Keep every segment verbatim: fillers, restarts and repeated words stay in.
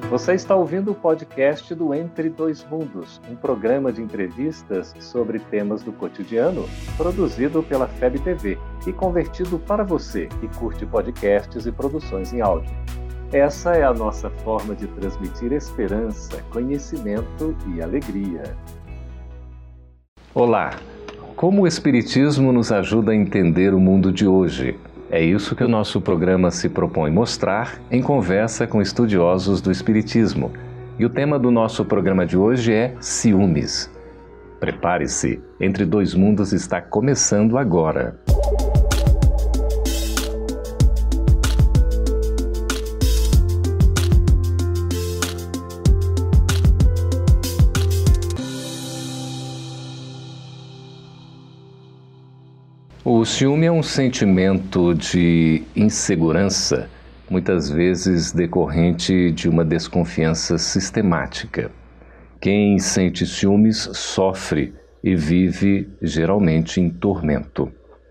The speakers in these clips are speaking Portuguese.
Você está ouvindo o podcast do Entre Dois Mundos, um programa de entrevistas sobre temas do cotidiano, produzido pela F E B T V e convertido para você que curte podcasts e produções em áudio. Essa é a nossa forma de transmitir esperança, conhecimento e alegria. Olá! Como o Espiritismo nos ajuda a entender o mundo de hoje? É isso que o nosso programa se propõe mostrar em conversa com estudiosos do Espiritismo. E o tema do nosso programa de hoje é ciúmes. Prepare-se, Entre Dois Mundos está começando agora. O ciúme é um sentimento de insegurança, muitas vezes decorrente de uma desconfiança sistemática. Quem sente ciúmes sofre e vive geralmente em tormento.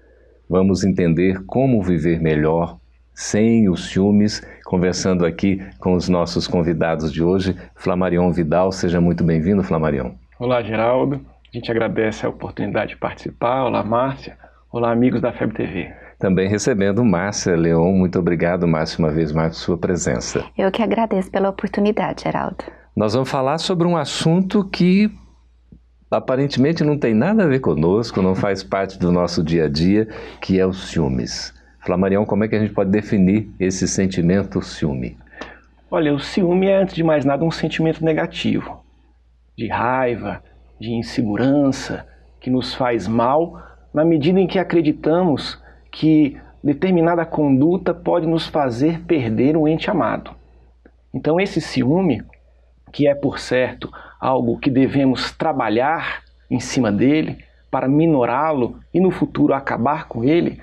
Vamos entender como viver melhor sem os ciúmes, conversando aqui com os nossos convidados de hoje. Flamarion Vidal, seja muito bem-vindo, Flamarion. Olá, Geraldo. A gente agradece a oportunidade de participar. Olá, Márcia. Olá, amigos da F E B T V. Também recebendo Márcia Leon. Muito obrigado, Márcia, uma vez mais por sua presença. Eu que agradeço pela oportunidade, Geraldo. Nós vamos falar sobre um assunto que aparentemente não tem nada a ver conosco, não faz parte do nosso dia a dia, que é os ciúmes. Flamarion, como é que a gente pode definir esse sentimento ciúme? Olha, o ciúme é, antes de mais nada, um sentimento negativo, de raiva, de insegurança, que nos faz mal, na medida em que acreditamos que determinada conduta pode nos fazer perder um ente amado. Então esse ciúme, que é por certo algo que devemos trabalhar em cima dele para minorá-lo e no futuro acabar com ele,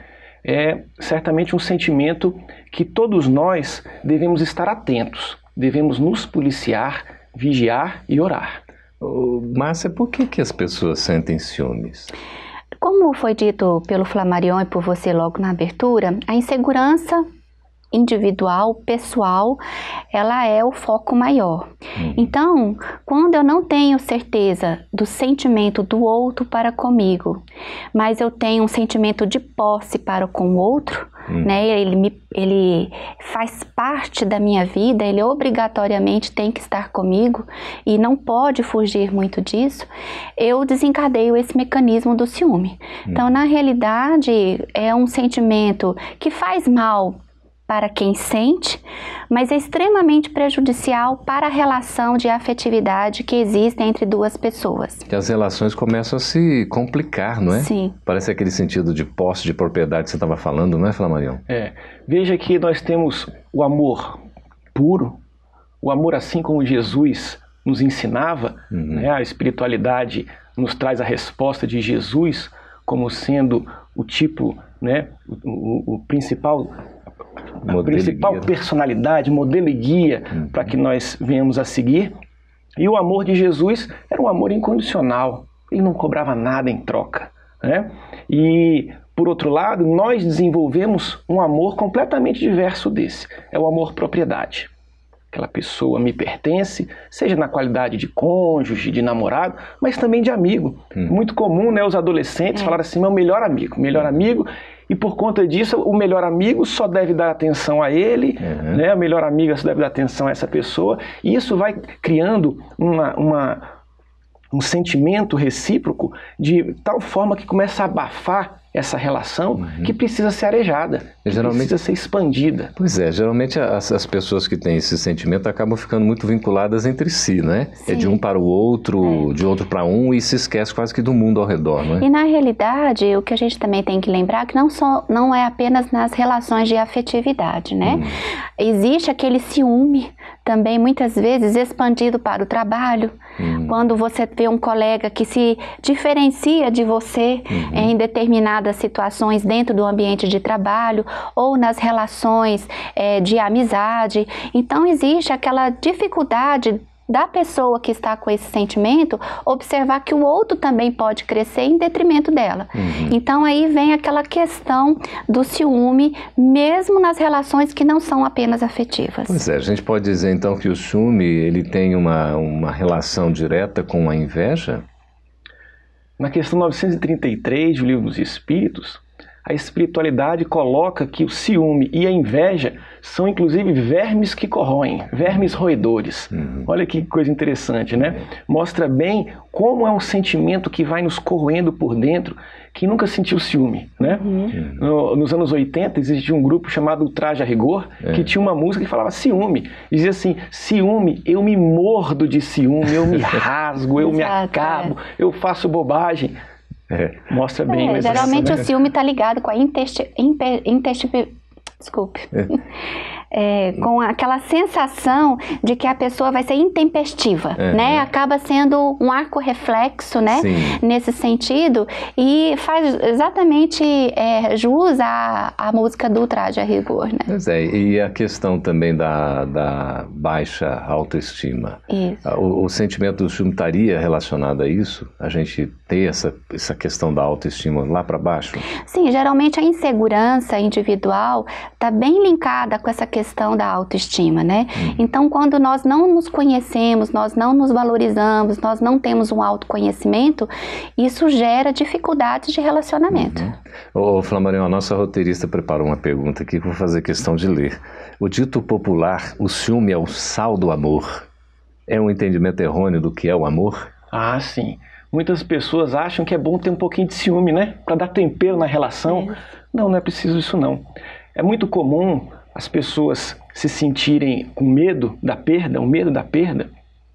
é certamente um sentimento que todos nós devemos estar atentos, devemos nos policiar, vigiar e orar. Ô, Márcia, por que, que as pessoas sentem ciúmes? Como foi dito pelo Flamarion e por você logo na abertura, a insegurança individual, pessoal, ela é o foco maior. Uhum. Então, quando eu não tenho certeza do sentimento do outro para comigo, mas eu tenho um sentimento de posse para com o outro, uhum. né, ele, me, ele faz parte da minha vida, ele obrigatoriamente tem que estar comigo e não pode fugir muito disso, eu desencadeio esse mecanismo do ciúme. Uhum. Então, na realidade, é um sentimento que faz mal para quem sente, mas é extremamente prejudicial para a relação de afetividade que existe entre duas pessoas. Que as relações começam a se complicar, não é? Sim. Parece aquele sentido de posse, de propriedade que você estava falando, não é, Flamarion? É. Veja que nós temos o amor puro, o amor assim como Jesus nos ensinava, uhum. né? A espiritualidade nos traz a resposta de Jesus como sendo o tipo, né? o, o, o principal... a principal personalidade, modelo e guia uhum. para que nós venhamos a seguir. E o amor de Jesus era um amor incondicional, ele não cobrava nada em troca, né? E, por outro lado, nós desenvolvemos um amor completamente diverso desse, é o amor-propriedade. Aquela pessoa me pertence, seja na qualidade de cônjuge, de namorado, mas também de amigo. Uhum. Muito comum, né, os adolescentes é. falarem assim, meu melhor amigo, melhor amigo, e por conta disso, o melhor amigo só deve dar atenção a ele, uhum. né? A melhor amiga só deve dar atenção a essa pessoa, e isso vai criando uma, uma, um sentimento recíproco de tal forma que começa a abafar essa relação uhum. que precisa ser arejada, que geralmente precisa ser expandida. Pois é, geralmente as, as pessoas que têm esse sentimento acabam ficando muito vinculadas entre si, né? Sim. É de um para o outro, é. de outro para um, e se esquece quase que do mundo ao redor, não é? E na realidade, o que a gente também tem que lembrar é que não, só, não é apenas nas relações de afetividade, né? Hum. Existe aquele ciúme também muitas vezes expandido para o trabalho, hum. quando você vê um colega que se diferencia de você uhum. em determinadas situações dentro do ambiente de trabalho ou nas relações é, de amizade. Então existe aquela dificuldade da pessoa que está com esse sentimento, observar que o outro também pode crescer em detrimento dela. Uhum. Então aí vem aquela questão do ciúme, mesmo nas relações que não são apenas afetivas. Pois é, a gente pode dizer então que o ciúme, ele tem uma, uma relação direta com a inveja? Na questão novecentos e trinta e três do Livro dos Espíritos, a espiritualidade coloca que o ciúme e a inveja são inclusive vermes que corroem, vermes roedores. Uhum. Olha que coisa interessante, né? Mostra bem como é um sentimento que vai nos corroendo por dentro. Quem nunca sentiu ciúme, né? Uhum. No, nos anos oitenta existia um grupo chamado Traje a Rigor, é. que tinha uma música que falava ciúme. Dizia assim, ciúme, eu me mordo de ciúme, eu me rasgo, eu me acabo, eu faço bobagem. É, mostra bem. É, geralmente o ciúme está ligado com a intesti... intesti... Desculpe. É. É, com aquela sensação de que a pessoa vai ser intempestiva, uhum. né? Acaba sendo um arco reflexo, né? Sim. Nesse sentido, e faz exatamente é, jus à, à música do Traje a Rigor, né? Pois é, e a questão também da, da baixa autoestima. Isso. O, o sentimento do ciúme estaria relacionado a isso? A gente ter essa, essa questão da autoestima lá para baixo? Sim, geralmente a insegurança individual está bem linkada com essa questão questão da autoestima, né? Uhum. Então, quando nós não nos conhecemos, nós não nos valorizamos, nós não temos um autoconhecimento, isso gera dificuldades de relacionamento. Uhum. Ô, Flamarion, a nossa roteirista preparou uma pergunta aqui que eu vou fazer questão de ler. O dito popular, o ciúme é o sal do amor, é um entendimento errôneo do que é o amor? Ah, sim. Muitas pessoas acham que é bom ter um pouquinho de ciúme, né? Para dar tempero na relação. É. Não, não é preciso isso não. É muito comum as pessoas se sentirem com medo da perda, o medo da perda,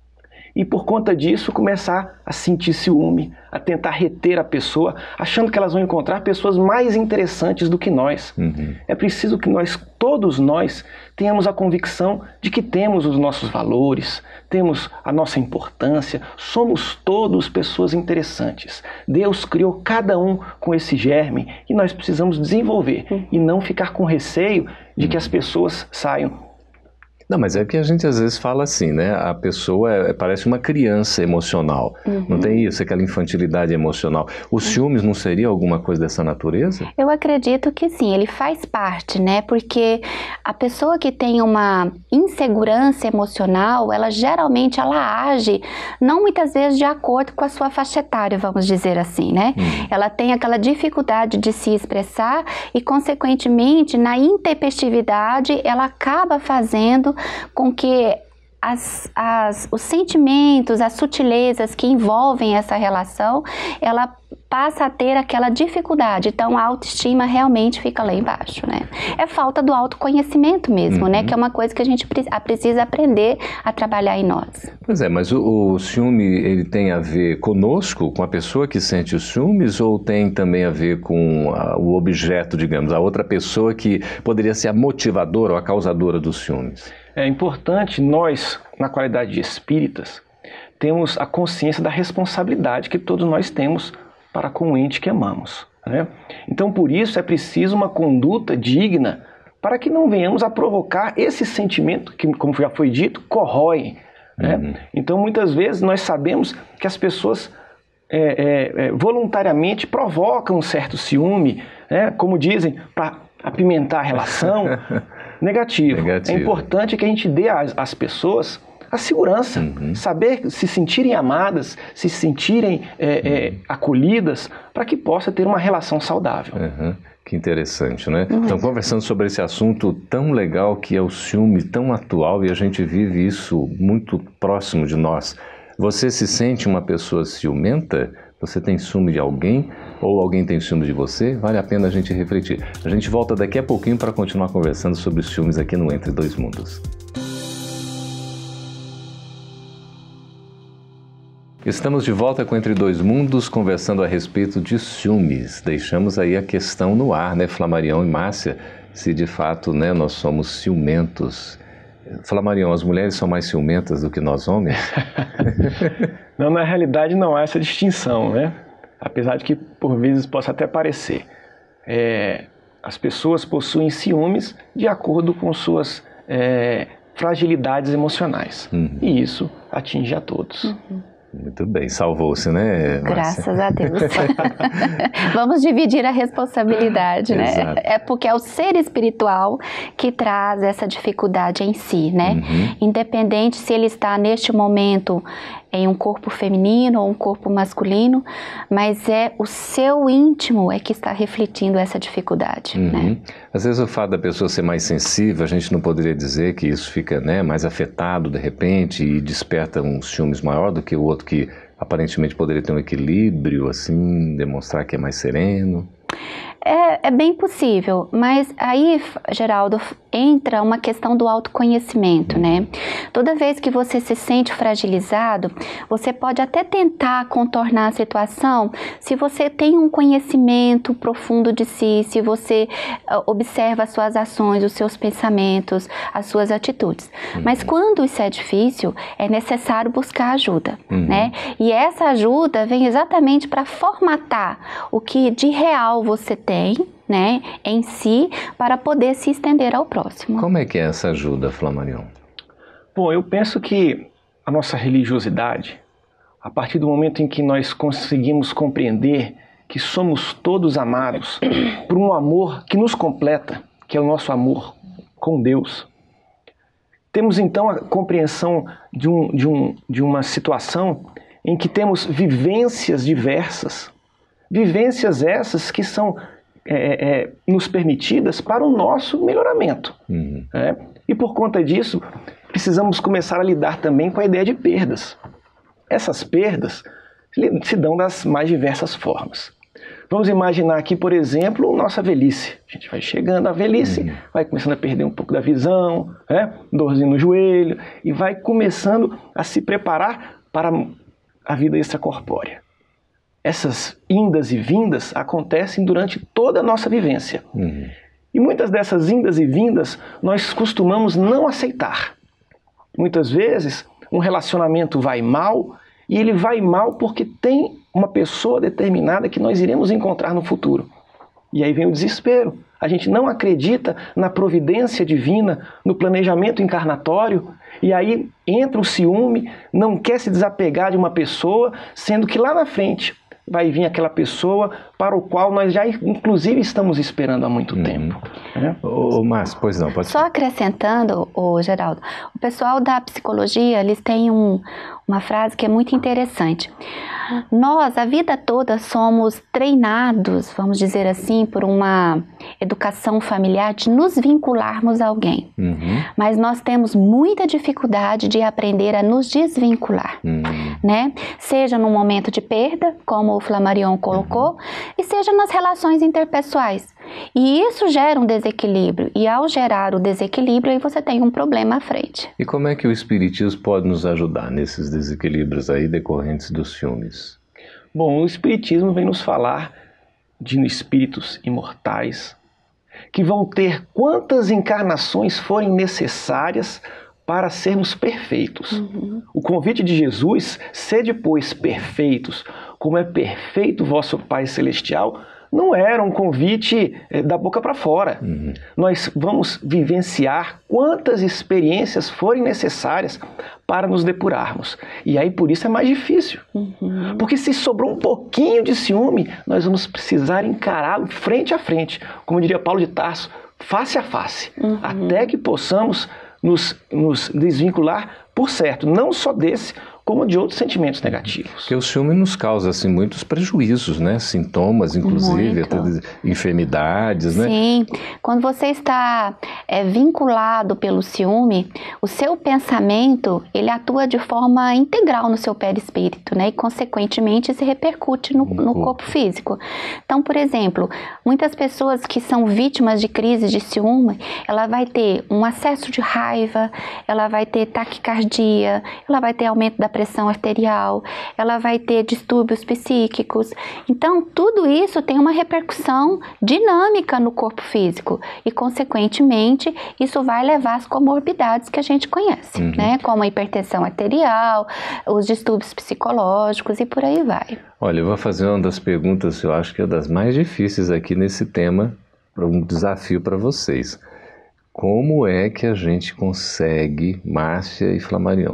e por conta disso começar a sentir ciúme, a tentar reter a pessoa, achando que elas vão encontrar pessoas mais interessantes do que nós. Uhum. É preciso que nós, todos nós, tenhamos a convicção de que temos os nossos valores, temos a nossa importância, somos todos pessoas interessantes. Deus criou cada um com esse germe e nós precisamos desenvolver uhum. e não ficar com receio de que as pessoas saiam. Não, mas é que a gente às vezes fala assim, né? A pessoa é, parece uma criança emocional. Uhum. Não tem isso, aquela infantilidade emocional. Os uhum. ciúmes não seria alguma coisa dessa natureza? Eu acredito que sim, ele faz parte, né? Porque a pessoa que tem uma insegurança emocional, ela geralmente ela age não muitas vezes de acordo com a sua faixa etária, vamos dizer assim, né? Uhum. Ela tem aquela dificuldade de se expressar e, consequentemente, na intempestividade, ela acaba fazendo com que as, as, os sentimentos, as sutilezas que envolvem essa relação, ela passa a ter aquela dificuldade. Então a autoestima realmente fica lá embaixo, né? É falta do autoconhecimento mesmo, uhum. né? Que é uma coisa que a gente precisa aprender a trabalhar em nós. Pois é, mas o, o ciúme, ele tem a ver conosco, com a pessoa que sente os ciúmes, ou tem também a ver com a, o objeto, digamos, a outra pessoa que poderia ser a motivadora ou a causadora dos ciúmes? É importante nós, na qualidade de espíritas, temos a consciência da responsabilidade que todos nós temos para com o ente que amamos, né? Então, por isso, é preciso uma conduta digna para que não venhamos a provocar esse sentimento que, como já foi dito, corrói. Né? Uhum. Então, muitas vezes, nós sabemos que as pessoas é, é, é, voluntariamente provocam um certo ciúme, né? Como dizem, para apimentar a relação. Negativo. Negativo. É importante que a gente dê às, às pessoas a segurança, uhum. saber se sentirem amadas, se sentirem é, uhum. é, acolhidas, para que possa ter uma relação saudável. Uhum. Que interessante, né? Uhum. Então, conversando sobre esse assunto tão legal que é o ciúme, tão atual, e a gente vive isso muito próximo de nós. Você se sente uma pessoa ciumenta? Você tem ciúme de alguém? Ou alguém tem ciúme de você? Vale a pena a gente refletir. A gente volta daqui a pouquinho para continuar conversando sobre os ciúmes aqui no Entre Dois Mundos. Estamos de volta com Entre Dois Mundos, conversando a respeito de ciúmes. Deixamos aí a questão no ar, né, Flamarion e Márcia, se de fato, né, nós somos ciumentos. Flamarion, as mulheres são mais ciumentas do que nós homens? Não, na realidade não há essa distinção, né? Apesar de que por vezes possa até parecer. É, as pessoas possuem ciúmes de acordo com suas é, fragilidades emocionais. Uhum. E isso atinge a todos. Uhum. Muito bem, salvou-se, né, Márcia? Graças a Deus. Vamos dividir a responsabilidade, né? Exato. É porque é o ser espiritual que traz essa dificuldade em si, né? Uhum. Independente se ele está neste momento em um corpo feminino ou um corpo masculino, mas é o seu íntimo é que está refletindo essa dificuldade, uhum. né? Às vezes o fato da pessoa ser mais sensível, a gente não poderia dizer que isso fica, né, mais afetado de repente e desperta um ciúmes maior do que o outro que aparentemente poderia ter um equilíbrio, assim, demonstrar que é mais sereno. É, é bem possível, mas aí, Geraldo, entra uma questão do autoconhecimento, né? Toda vez que você se sente fragilizado, você pode até tentar contornar a situação se você tem um conhecimento profundo de si, se você uh, observa as suas ações, os seus pensamentos, as suas atitudes. Uhum. Mas quando isso é difícil, é necessário buscar ajuda, uhum. né? E essa ajuda vem exatamente para formatar o que de real você tem, né, em si, para poder se estender ao próximo. Como é que é essa ajuda, Flamarion? Bom, eu penso que a nossa religiosidade, a partir do momento em que nós conseguimos compreender que somos todos amados por um amor que nos completa, que é o nosso amor com Deus, temos então a compreensão de, um, de, um, de uma situação em que temos vivências diversas, vivências essas que são é, é, nos permitidas para o nosso melhoramento. Uhum. Né? E por conta disso, precisamos começar a lidar também com a ideia de perdas. Essas perdas se dão das mais diversas formas. Vamos imaginar aqui, por exemplo, nossa velhice. A gente vai chegando à velhice, uhum. vai começando a perder um pouco da visão, né? Dorzinho no joelho, e vai começando a se preparar para a vida extracorpórea. Essas indas e vindas acontecem durante toda a nossa vivência. Uhum. E muitas dessas indas e vindas nós costumamos não aceitar. Muitas vezes um relacionamento vai mal e ele vai mal porque tem uma pessoa determinada que nós iremos encontrar no futuro. E aí vem o desespero. A gente não acredita na providência divina, no planejamento encarnatório, e aí entra o ciúme, não quer se desapegar de uma pessoa, sendo que lá na frente vai vir aquela pessoa para o qual nós já, inclusive, estamos esperando há muito uhum. tempo. Né? Ô, Márcio, pois não, pode Só acrescentando, ô, Geraldo, o pessoal da psicologia, eles têm um, uma frase que é muito interessante. Nós, a vida toda, somos treinados, vamos dizer assim, por uma educação familiar de nos vincularmos a alguém. Uhum. Mas nós temos muita dificuldade de aprender a nos desvincular, uhum. né? Seja no momento de perda, como o Flamarion colocou, uhum. e seja nas relações interpessoais. E isso gera um desequilíbrio, e ao gerar o desequilíbrio, aí você tem um problema à frente. E como é que o Espiritismo pode nos ajudar nesses desequilíbrios aí decorrentes dos ciúmes? Bom, o Espiritismo vem nos falar de espíritos imortais, que vão ter quantas encarnações forem necessárias para sermos perfeitos. Uhum. O convite de Jesus, sede, pois, perfeitos, como é perfeito vosso Pai Celestial, não era um convite da boca para fora. Uhum. Nós vamos vivenciar quantas experiências forem necessárias para nos depurarmos. E aí, por isso, é mais difícil. Uhum. Porque se sobrou um pouquinho de ciúme, nós vamos precisar encará-lo frente a frente. Como diria Paulo de Tarso, face a face. Uhum. Até que possamos nos, nos desvincular, por certo, não só desse, como de outros sentimentos negativos. Porque o ciúme nos causa assim, muitos prejuízos, né? Sintomas, inclusive, até enfermidades, né? Sim, quando você está é, vinculado pelo ciúme, o seu pensamento, ele atua de forma integral no seu perispírito, né? E, consequentemente, se repercute no, no corpo físico. Então, por exemplo, muitas pessoas que são vítimas de crise de ciúme, ela vai ter um acesso de raiva, ela vai ter taquicardia, ela vai ter aumento da pressão arterial, ela vai ter distúrbios psíquicos. Então, tudo isso tem uma repercussão dinâmica no corpo físico e, consequentemente, isso vai levar às comorbidades que a gente conhece, uhum. né? Como a hipertensão arterial, os distúrbios psicológicos e por aí vai. Olha, eu vou fazer uma das perguntas, eu acho que é das mais difíceis aqui nesse tema, um desafio para vocês. Como é que a gente consegue, Márcia e Flamarion,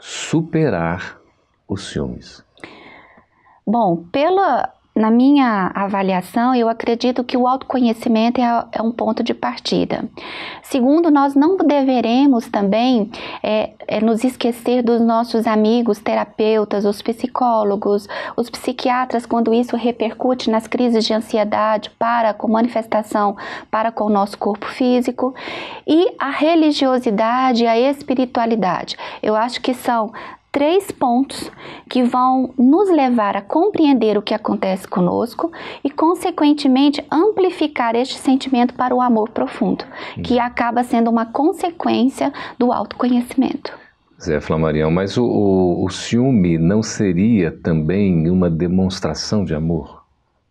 superar os ciúmes? Bom, pela, na minha avaliação, eu acredito que o autoconhecimento é, é um ponto de partida. Segundo, nós não deveremos também é, é, nos esquecer dos nossos amigos terapeutas, os psicólogos, os psiquiatras, quando isso repercute nas crises de ansiedade para com manifestação para com o nosso corpo físico, e a religiosidade e a espiritualidade. Eu acho que são três pontos que vão nos levar a compreender o que acontece conosco e, consequentemente, amplificar este sentimento para o amor profundo, que acaba sendo uma consequência do autoconhecimento. Zé Flamarião, mas o, o, o ciúme não seria também uma demonstração de amor?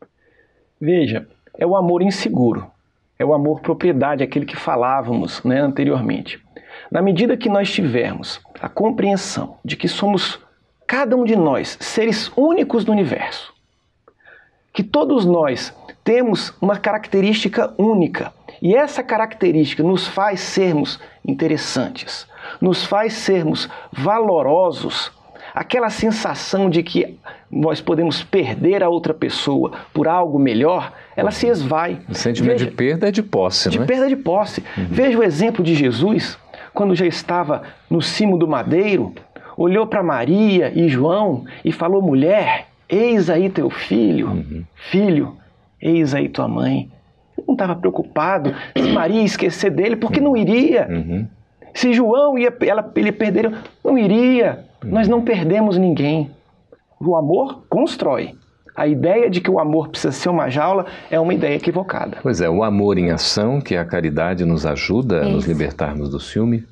Veja, é o amor inseguro, é o amor propriedade, aquele que falávamos, né, anteriormente. Na medida que nós tivermos a compreensão de que somos, cada um de nós, seres únicos no universo, que todos nós temos uma característica única, e essa característica nos faz sermos interessantes, nos faz sermos valorosos, aquela sensação de que nós podemos perder a outra pessoa por algo melhor, ela se esvai. O sentimento Veja, de perda é de posse, de não é? De perda de posse. Uhum. Veja o exemplo de Jesus, quando já estava no cimo do madeiro, olhou para Maria e João e falou: mulher, eis aí teu filho, uhum. filho, eis aí tua mãe. Ele não estava preocupado se Maria ia esquecer dele, porque não iria. Uhum. Se João ia ela, ele perder, não iria. Uhum. Nós não perdemos ninguém. O amor constrói. A ideia de que o amor precisa ser uma jaula é uma ideia equivocada. Pois é, o amor em ação, que é a caridade, nos ajuda a nos libertarmos do ciúme?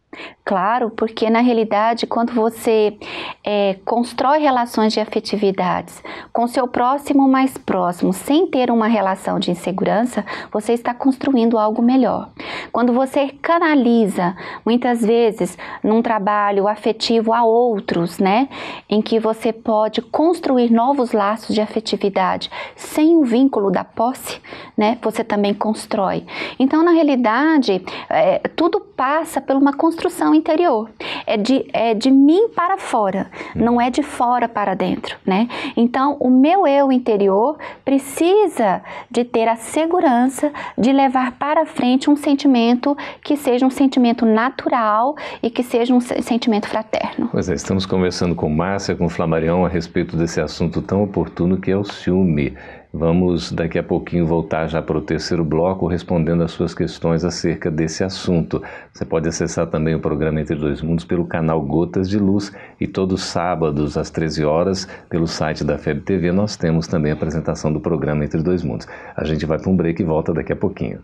Claro, porque na realidade, quando você é, constrói relações de afetividades com seu próximo mais próximo, sem ter uma relação de insegurança, você está construindo algo melhor. Quando você canaliza, muitas vezes, num trabalho afetivo a outros, né, em que você pode construir novos laços de afetividade sem o vínculo da posse, né, você também constrói. Então, na realidade, é, tudo passa por uma construção interior. É de, é de mim para fora, não é de fora para dentro, né? Então, o meu eu interior precisa de ter a segurança de levar para frente um sentimento que seja um sentimento natural e que seja um sentimento fraterno. Pois é, estamos conversando com Márcia, com Flamarião, a respeito desse assunto tão oportuno que é o ciúme. Vamos daqui a pouquinho voltar já para o terceiro bloco respondendo as suas questões acerca desse assunto. Você pode acessar também o programa Entre Dois Mundos pelo canal Gotas de Luz e todos os sábados às treze horas pelo site da F E B T V nós temos também a apresentação do programa Entre Dois Mundos. A gente vai para um break e volta daqui a pouquinho.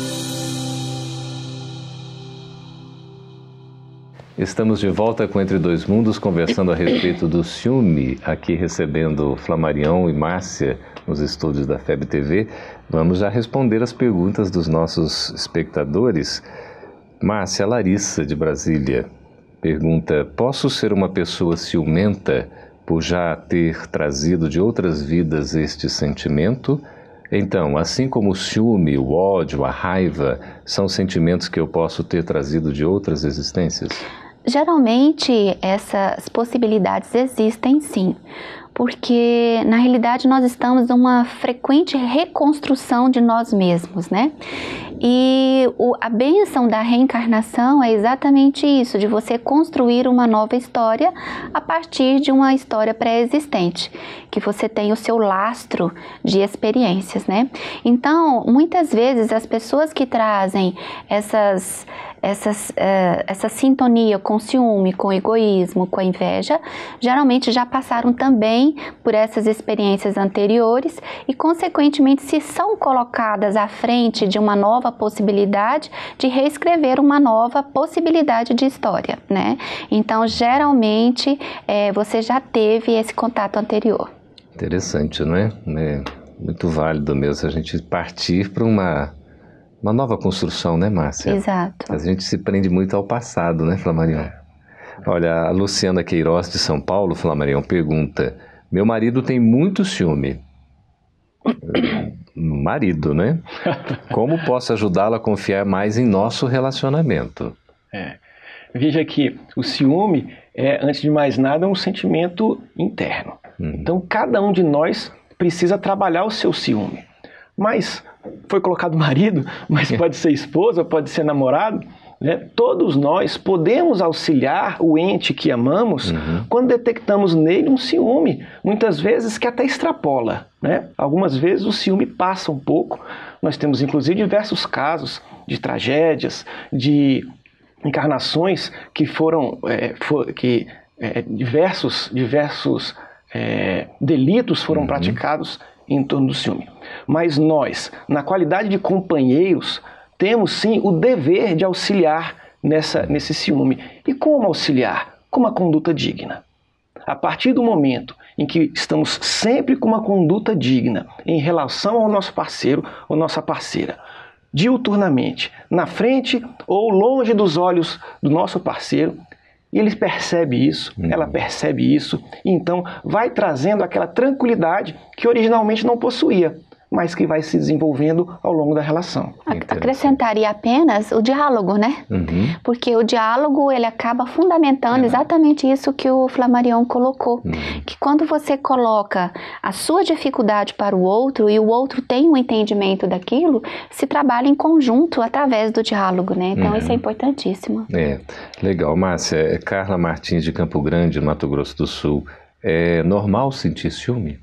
Estamos de volta com Entre Dois Mundos, conversando a respeito do ciúme, aqui recebendo Flamarião e Márcia nos estúdios da F E B T V. Vamos já responder as perguntas dos nossos espectadores. Márcia, Larissa, de Brasília, pergunta: posso ser uma pessoa ciumenta por já ter trazido de outras vidas este sentimento? Então, assim como o ciúme, o ódio, a raiva, são sentimentos que eu posso ter trazido de outras existências? Geralmente, essas possibilidades existem sim, porque na realidade nós estamos numa frequente reconstrução de nós mesmos, né? E o, a bênção da reencarnação é exatamente isso, de você construir uma nova história a partir de uma história pré-existente, que você tem o seu lastro de experiências, né? Então, muitas vezes as pessoas que trazem essas... Essas, uh, essa sintonia com o ciúme, com o egoísmo, com a inveja, geralmente já passaram também por essas experiências anteriores e, consequentemente, se são colocadas à frente de uma nova possibilidade de reescrever uma nova possibilidade de história, né? Então, geralmente, é, você já teve esse contato anterior. Interessante, não é? É muito válido mesmo a gente partir para uma... Uma nova construção, né, Márcia? Exato. A gente se prende muito ao passado, né, Flamarião? Olha, a Luciana Queiroz, de São Paulo, Flamarião, pergunta: meu marido tem muito ciúme. Marido, né? Como posso ajudá-lo a confiar mais em nosso relacionamento? É. Veja que o ciúme é, antes de mais nada, um sentimento interno. Uhum. Então, cada um de nós precisa trabalhar o seu ciúme. Mas, foi colocado marido, mas pode ser esposa, pode ser namorado, né? Todos nós podemos auxiliar o ente que amamos uhum. quando detectamos nele um ciúme, muitas vezes que até extrapola, né? Algumas vezes o ciúme passa um pouco. Nós temos inclusive diversos casos de tragédias, de encarnações que foram, é, for, que é, diversos, diversos é, delitos foram uhum. praticados em torno do ciúme. Mas nós, na qualidade de companheiros, temos sim o dever de auxiliar nessa, nesse ciúme. E como auxiliar? Com uma conduta digna. A partir do momento em que estamos sempre com uma conduta digna em relação ao nosso parceiro ou nossa parceira, diuturnamente, na frente ou longe dos olhos do nosso parceiro, e ele percebe isso, uhum. ela percebe isso, e então vai trazendo aquela tranquilidade que originalmente não possuía, mas que vai se desenvolvendo ao longo da relação. Acrescentaria apenas o diálogo, né? Uhum. Porque o diálogo, ele acaba fundamentando uhum. exatamente isso que o Flammarion colocou. Uhum. Que quando você coloca a sua dificuldade para o outro e o outro tem um entendimento daquilo, se trabalha em conjunto através do diálogo, né? Então, uhum. isso é importantíssimo. É, legal. Márcia, Carla Martins de Campo Grande, Mato Grosso do Sul. É normal sentir ciúme?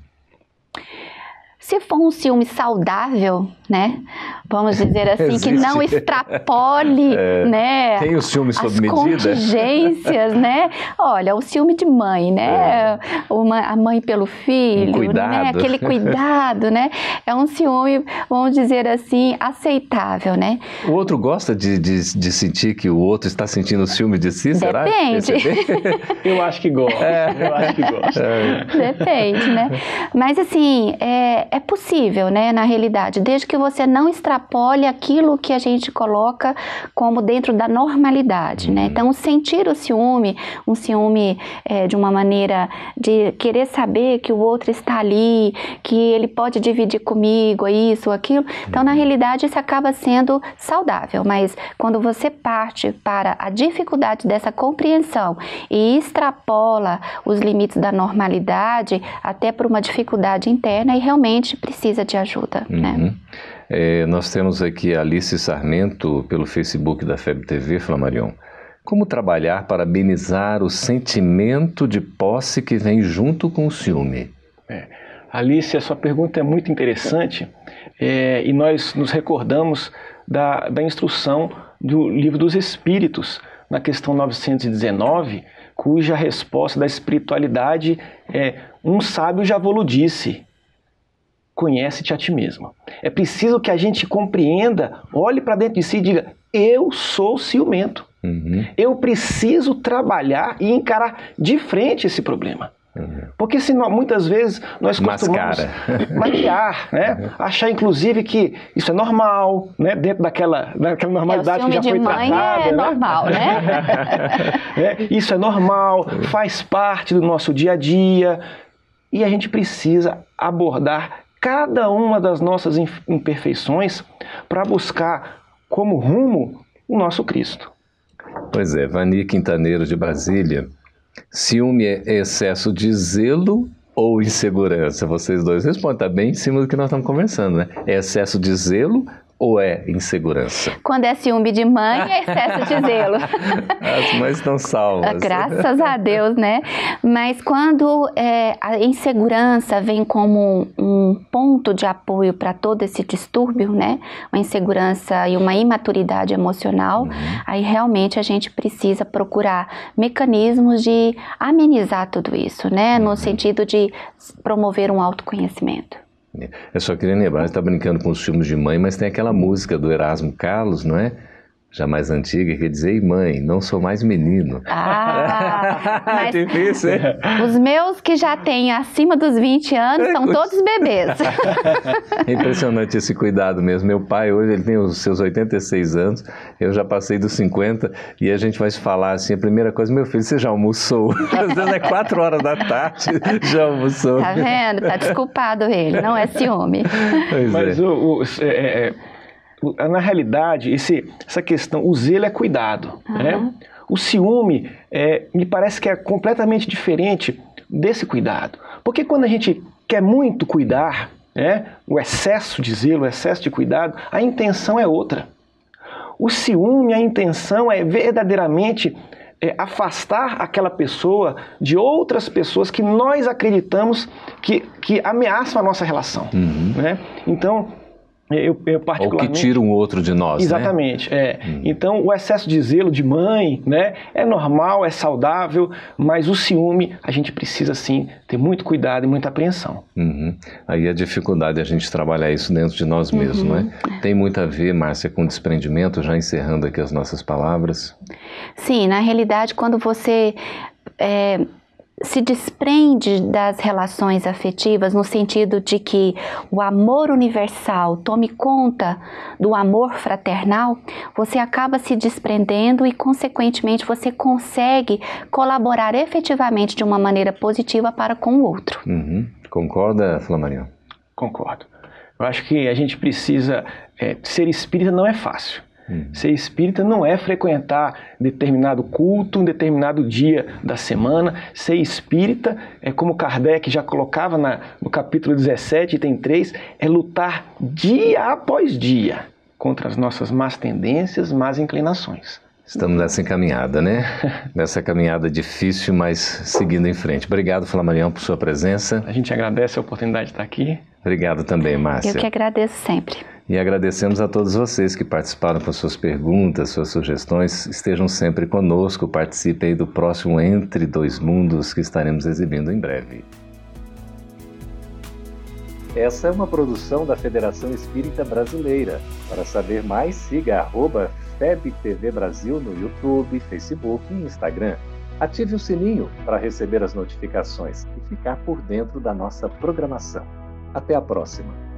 Se for um ciúme saudável, né, vamos dizer assim, que não extrapole, é, né, tem o ciúme sob as medida? Contingências, né, olha, o ciúme de mãe, né, é. Uma, a mãe pelo filho, um cuidado. Né, aquele cuidado, né, é um ciúme, vamos dizer assim, aceitável, né. O outro gosta de, de, de sentir que o outro está sentindo ciúme de si, será? Depende. Eu acho que gosta, é. eu acho que gosta. É. Depende, né, mas assim, é, é possível, né, na realidade, desde que você não extrapole aquilo que a gente coloca como dentro da normalidade, né? Então, sentir o ciúme, um ciúme é, de uma maneira de querer saber que o outro está ali, que ele pode dividir comigo isso ou aquilo. Então, na realidade, isso acaba sendo saudável, mas quando você parte para a dificuldade dessa compreensão e extrapola os limites da normalidade até por uma dificuldade interna, e realmente precisa de ajuda, uhum. né? É, nós temos aqui a Alice Sarmento pelo Facebook da F E B T V, Flammarion. Como trabalhar para amenizar o sentimento de posse que vem junto com o ciúme? É. Alice, a sua pergunta é muito interessante é, e nós nos recordamos da, da instrução do Livro dos Espíritos, na questão novecentos e dezenove, cuja resposta da espiritualidade é: um sábio já vos disse, conhece-te a ti mesmo. É preciso que a gente compreenda, olhe para dentro de si e diga: eu sou ciumento. Uhum. Eu preciso trabalhar e encarar de frente esse problema. Uhum. Porque senão, muitas vezes, nós costumamos maquiar, né? Uhum. Achar, inclusive, que isso é normal, né? Dentro daquela, daquela normalidade é, que já foi tratada. É né? normal, né? é, isso é normal, faz parte do nosso dia a dia. E a gente precisa abordar cada uma das nossas imperfeições para buscar como rumo o nosso Cristo. Pois é, Vani Quintaneiro de Brasília. Ciúme é excesso de zelo ou insegurança? Vocês dois respondem, está bem em cima do que nós estamos conversando, né? É excesso de zelo ou é insegurança? Quando é ciúme de mãe, é excesso de zelo. As mães estão salvas. Graças a Deus, né? Mas quando é, a insegurança vem como um ponto de apoio para todo esse distúrbio, né? Uma insegurança e uma imaturidade emocional, uhum. aí realmente a gente precisa procurar mecanismos de amenizar tudo isso, né? Uhum. No sentido de promover um autoconhecimento. Eu só queria lembrar, a gente está brincando com os filmes de mãe, mas tem aquela música do Erasmo Carlos, não é? Já mais antiga, que quer dizer: ei, mãe, não sou mais menino. Ah, mas difícil, hein? Os meus que já têm acima dos vinte anos são todos bebês. É impressionante esse cuidado mesmo. Meu pai hoje, ele tem os seus oitenta e seis anos, eu já passei dos cinquenta, e a gente vai se falar assim, a primeira coisa: meu filho, você já almoçou? Às vezes é quatro horas da tarde, já almoçou. Tá vendo? Tá desculpado ele, não é ciúme. Pois mas é. o... o é, é... Na realidade, esse, essa questão, o zelo é cuidado, uhum. né? O ciúme é, me parece que é completamente diferente desse cuidado. Porque quando a gente quer muito cuidar, né, o excesso de zelo, o excesso de cuidado, a intenção é outra. O ciúme, a intenção é verdadeiramente é, afastar aquela pessoa de outras pessoas que nós acreditamos que, que ameaçam a nossa relação. Uhum. Né? Então, eu, eu particularmente... Ou que tira um outro de nós, Exatamente, né? é. Hum. Então, o excesso de zelo de mãe, né, é normal, é saudável, mas o ciúme, a gente precisa, sim, ter muito cuidado e muita apreensão. Uhum. Aí a dificuldade é a gente trabalhar isso dentro de nós mesmos, uhum. né? Tem muito a ver, Márcia, com desprendimento, já encerrando aqui as nossas palavras. Sim, na realidade, quando você... É... se desprende das relações afetivas no sentido de que o amor universal tome conta do amor fraternal, você acaba se desprendendo e, consequentemente, você consegue colaborar efetivamente de uma maneira positiva para com o outro. Uhum. Concorda, Flamarion? Concordo. Eu acho que a gente precisa... É, ser espírita não é fácil. Ser espírita não é frequentar determinado culto, um determinado dia da semana. Ser espírita, é como Kardec já colocava na, no capítulo dezessete, item três, é lutar dia após dia contra as nossas más tendências, más inclinações. Estamos nessa caminhada, né? Nessa caminhada difícil, mas seguindo em frente. Obrigado, Flamarion, por sua presença. A gente agradece a oportunidade de estar aqui. Obrigado também, Márcia. Eu que agradeço sempre. E agradecemos a todos vocês que participaram com suas perguntas, suas sugestões. Estejam sempre conosco, participem aí do próximo Entre Dois Mundos que estaremos exibindo em breve. Essa é uma produção da Federação Espírita Brasileira. Para saber mais, siga arroba F E B T V Brasil no YouTube, Facebook e Instagram. Ative o sininho para receber as notificações e ficar por dentro da nossa programação. Até a próxima!